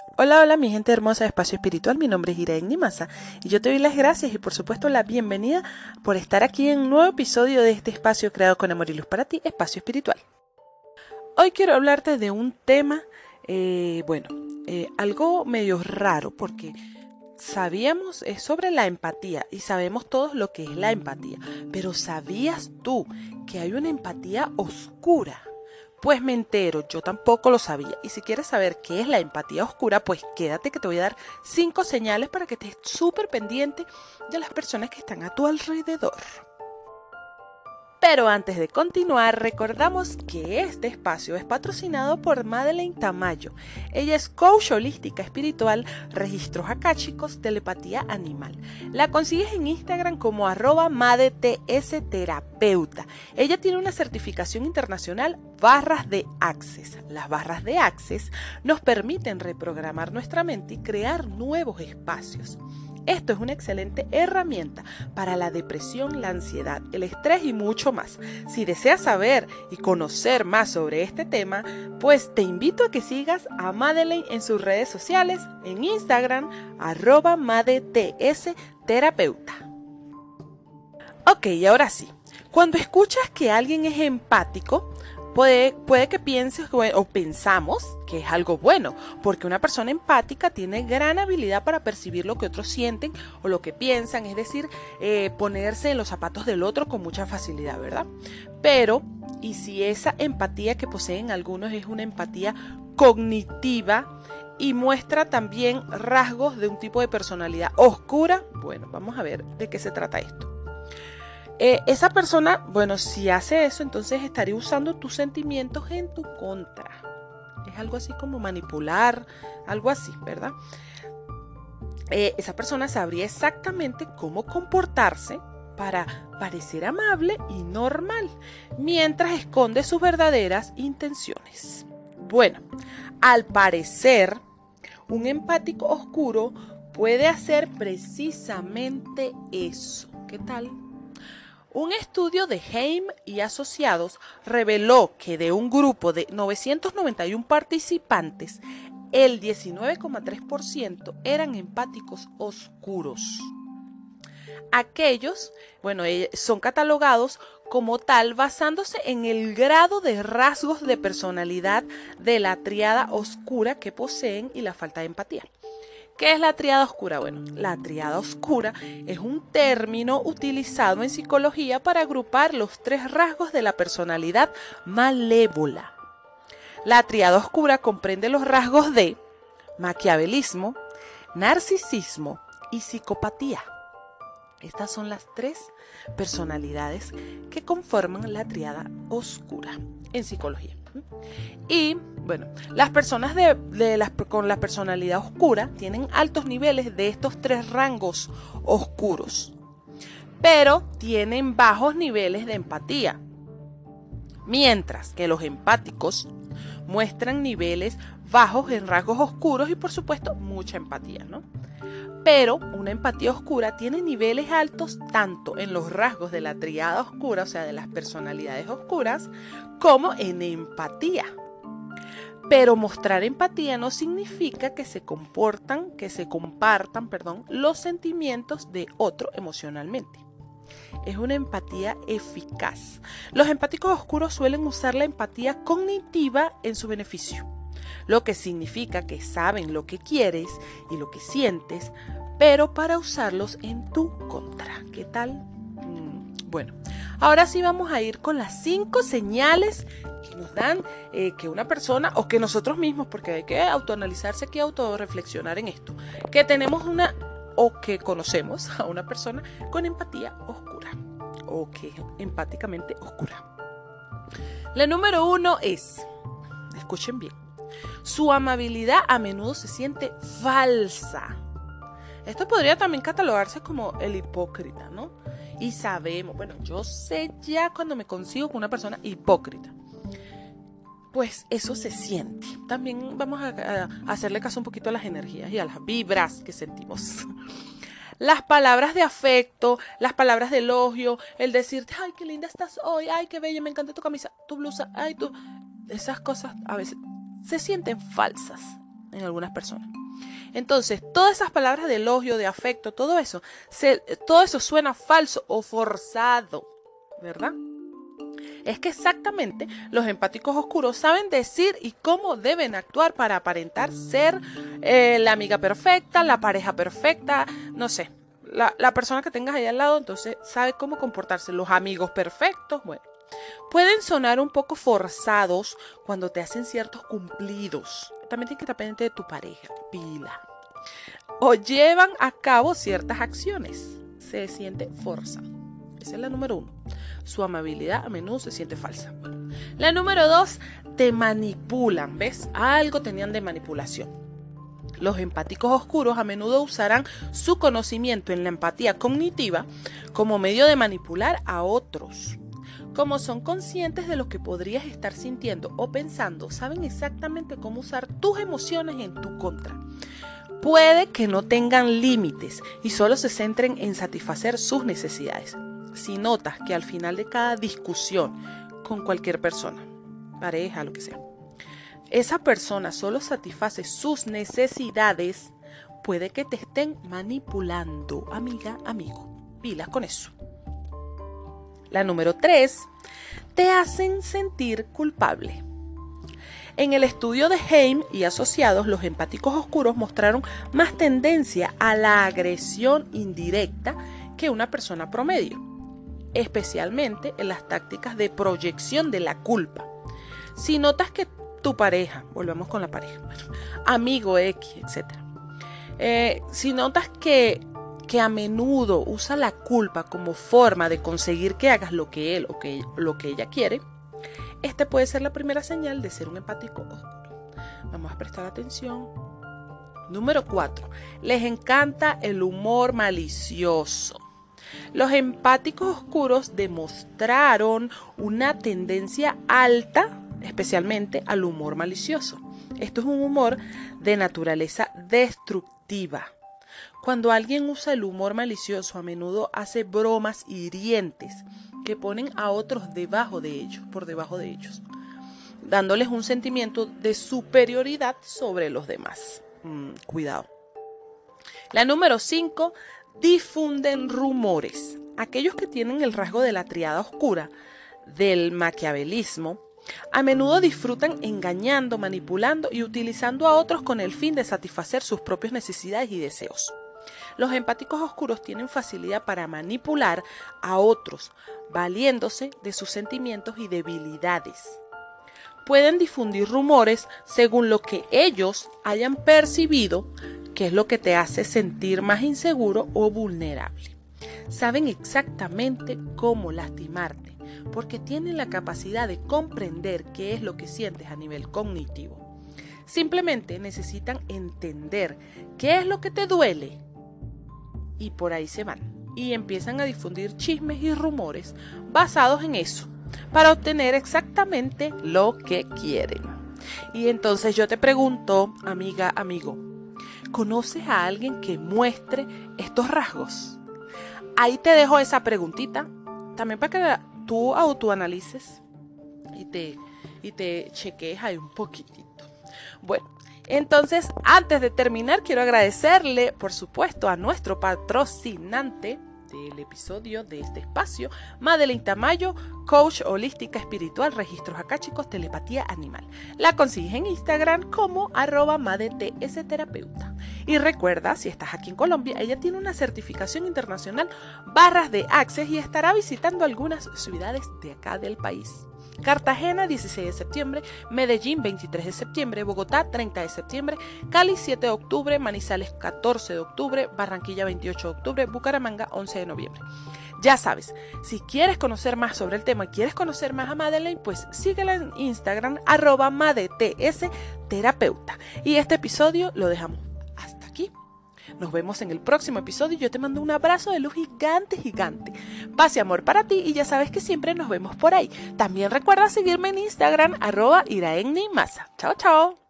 Hola, hola mi gente hermosa de Espacio Espiritual, mi nombre es Irene Maza y yo te doy las gracias y por supuesto la bienvenida por estar aquí en un nuevo episodio de este espacio creado con amor y luz para ti, Espacio Espiritual. Hoy quiero hablarte de un tema, algo medio raro porque sabíamos sobre la empatía y sabemos todos lo que es la empatía, pero ¿sabías tú que hay una empatía oscura? Pues me entero, yo tampoco lo sabía. Y si quieres saber qué es la empatía oscura, pues quédate que te voy a dar 5 señales para que estés súper pendiente de las personas que están a tu alrededor. Pero antes de continuar, recordamos que este espacio es patrocinado por Madeleine Tamayo. Ella es coach holística espiritual, registros akáshicos, telepatía animal. La consigues en Instagram como @madetsterapeuta. Ella tiene una certificación internacional barras de Access. Las barras de Access nos permiten reprogramar nuestra mente y crear nuevos espacios. Esto es una excelente herramienta para la depresión, la ansiedad, el estrés y mucho más. Si deseas saber y conocer más sobre este tema, pues te invito a que sigas a Madeleine en sus redes sociales, en Instagram, @madetsterapeuta. Ok, ahora sí. Cuando escuchas que alguien es empático, puede que pienses o pensamos que es algo bueno, porque una persona empática tiene gran habilidad para percibir lo que otros sienten o lo que piensan, es decir, ponerse en los zapatos del otro con mucha facilidad, ¿verdad? Pero, ¿y si esa empatía que poseen algunos es una empatía cognitiva y muestra también rasgos de un tipo de personalidad oscura? Bueno, vamos a ver de qué se trata esto. Esa persona, si hace eso, entonces estaría usando tus sentimientos en tu contra. Es algo así como manipular, algo así, ¿verdad? Esa persona sabría exactamente cómo comportarse para parecer amable y normal, mientras esconde sus verdaderas intenciones. Bueno, al parecer, un empático oscuro puede hacer precisamente eso. ¿Qué tal? Un estudio de Heim y asociados reveló que de un grupo de 991 participantes, el 19,3% eran empáticos oscuros. Aquellos, son catalogados como tal basándose en el grado de rasgos de personalidad de la tríada oscura que poseen y la falta de empatía. ¿Qué es la tríada oscura? Bueno, la tríada oscura es un término utilizado en psicología para agrupar los 3 rasgos de la personalidad malévola. La tríada oscura comprende los rasgos de maquiavelismo, narcisismo y psicopatía. Estas son las 3 personalidades que conforman la tríada oscura en psicología. Y las personas con la personalidad oscura tienen altos niveles de estos 3 rangos oscuros, pero tienen bajos niveles de empatía, mientras que los empáticos muestran niveles bajos en rasgos oscuros y por supuesto mucha empatía, ¿no? Pero una empatía oscura tiene niveles altos tanto en los rasgos de la tríada oscura, o sea, de las personalidades oscuras, como en empatía. Pero mostrar empatía no significa que se compartan, los sentimientos de otro emocionalmente. Es una empatía eficaz. Los empáticos oscuros suelen usar la empatía cognitiva en su beneficio, lo que significa que saben lo que quieres y lo que sientes, pero para usarlos en tu contra. ¿Qué tal? Ahora sí vamos a ir con las 5 señales que nos dan que una persona, o que nosotros mismos, porque hay que autoanalizarse aquí, autorreflexionar en esto, que tenemos o que conocemos a una persona con empatía oscura, o que es empáticamente oscura. La número 1 es, escuchen bien, su amabilidad a menudo se siente falsa. Esto podría también catalogarse como el hipócrita, ¿no? Y sabemos, yo sé ya cuando me consigo con una persona hipócrita, pues eso se siente. También vamos a hacerle caso un poquito a las energías y a las vibras que sentimos. Las palabras de afecto, las palabras de elogio, el decirte, ay, qué linda estás hoy, ay, qué bella, me encanta tu camisa, tu blusa, ay, esas cosas a veces se sienten falsas. en algunas personas. Entonces, todas esas palabras de elogio, de afecto, todo eso suena falso o forzado, ¿verdad? Es que exactamente los empáticos oscuros saben decir y cómo deben actuar para aparentar ser la amiga perfecta, la pareja perfecta, no sé, la persona que tengas ahí al lado, entonces sabe cómo comportarse. Los amigos perfectos, bueno, pueden sonar un poco forzados cuando te hacen ciertos cumplidos. También tienes que estar pendiente de tu pareja, pila. O llevan a cabo ciertas acciones. Se siente forzado. Esa es la número 1. Su amabilidad a menudo se siente falsa. La número 2, te manipulan. ¿Ves? Algo tenían de manipulación. Los empáticos oscuros a menudo usarán su conocimiento en la empatía cognitiva como medio de manipular a otros. Como son conscientes de lo que podrías estar sintiendo o pensando, saben exactamente cómo usar tus emociones en tu contra. Puede que no tengan límites y solo se centren en satisfacer sus necesidades. Si notas que al final de cada discusión con cualquier persona, pareja, lo que sea, esa persona solo satisface sus necesidades, puede que te estén manipulando, amiga, amigo. Pilas con eso. La número 3, te hacen sentir culpable. En el estudio de Heim y asociados, los empáticos oscuros mostraron más tendencia a la agresión indirecta que una persona promedio, especialmente en las tácticas de proyección de la culpa. Si notas que tu pareja, volvemos con la pareja, amigo X, etc. Si notas que a menudo usa la culpa como forma de conseguir que hagas lo que él o lo que ella quiere, este puede ser la primera señal de ser un empático oscuro. Vamos a prestar atención. Número 4. Les encanta el humor malicioso. Los empáticos oscuros demostraron una tendencia alta, especialmente al humor malicioso. Esto es un humor de naturaleza destructiva. Cuando alguien usa el humor malicioso, a menudo hace bromas hirientes que ponen a otros por debajo de ellos, dándoles un sentimiento de superioridad sobre los demás. Cuidado. La número 5, difunden rumores. Aquellos que tienen el rasgo de la triada oscura del maquiavelismo, a menudo disfrutan engañando, manipulando y utilizando a otros con el fin de satisfacer sus propias necesidades y deseos. Los empáticos oscuros tienen facilidad para manipular a otros, valiéndose de sus sentimientos y debilidades. Pueden difundir rumores según lo que ellos hayan percibido, que es lo que te hace sentir más inseguro o vulnerable. Saben exactamente cómo lastimarte, porque tienen la capacidad de comprender qué es lo que sientes a nivel cognitivo. Simplemente necesitan entender qué es lo que te duele y por ahí se van y empiezan a difundir chismes y rumores basados en eso para obtener exactamente lo que quieren. Y entonces yo te pregunto, amiga, amigo, ¿conoces a alguien que muestre estos rasgos? Ahí te dejo esa preguntita también para que tú autoanalices y te cheques ahí un poquitito. Bueno, entonces antes de terminar quiero agradecerle por supuesto a nuestro patrocinante del episodio de este espacio, Madeline Tamayo, coach holística espiritual, registros akáshicos, telepatía animal. La consigues en Instagram como @madetsterapeuta. Y recuerda, si estás aquí en Colombia, ella tiene una certificación internacional Barras de Access y estará visitando algunas ciudades de acá del país. Cartagena 16 de septiembre, Medellín 23 de septiembre, Bogotá 30 de septiembre, Cali 7 de octubre, Manizales 14 de octubre, Barranquilla 28 de octubre, Bucaramanga 11 de noviembre. Ya sabes, si quieres conocer más sobre el tema y quieres conocer más a Madeleine, pues síguela en Instagram @madetsterapeuta. Y este episodio lo dejamos hasta aquí. Nos vemos en el próximo episodio. Yo te mando un abrazo de luz gigante, gigante. Paz y amor para ti y ya sabes que siempre nos vemos por ahí. También recuerda seguirme en Instagram @iraennimasa. Chao, chao.